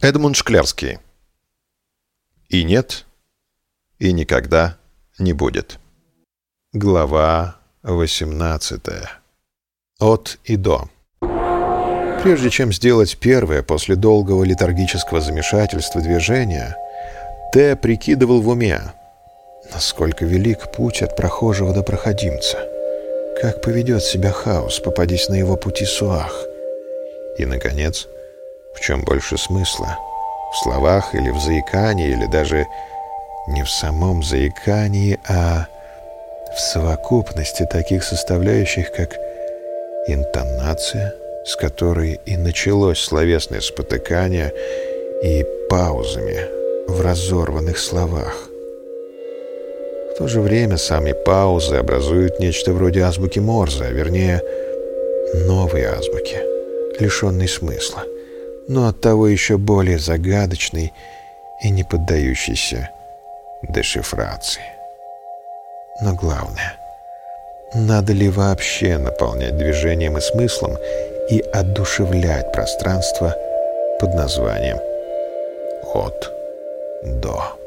Эдмунд Шклярский. И нет, и никогда не будет. Глава 18. От и до. Прежде чем сделать первое после долгого летаргического замешательства движение, Т. прикидывал в уме, насколько велик путь от прохожего до проходимца, как поведет себя хаос, попадись на его пути Суах, и, наконец, в чем больше смысла, в словах или в заикании, или даже не в самом заикании, а в совокупности таких составляющих, как интонация, с которой и началось словесное спотыкание, и паузами в разорванных словах. В то же время сами паузы образуют нечто вроде азбуки Морзе, а вернее, новой азбуки, лишенной смысла, но оттого еще более загадочной и не поддающейся дешифрации. Но главное, надо ли вообще наполнять движением и смыслом и одушевлять пространство под названием «от до».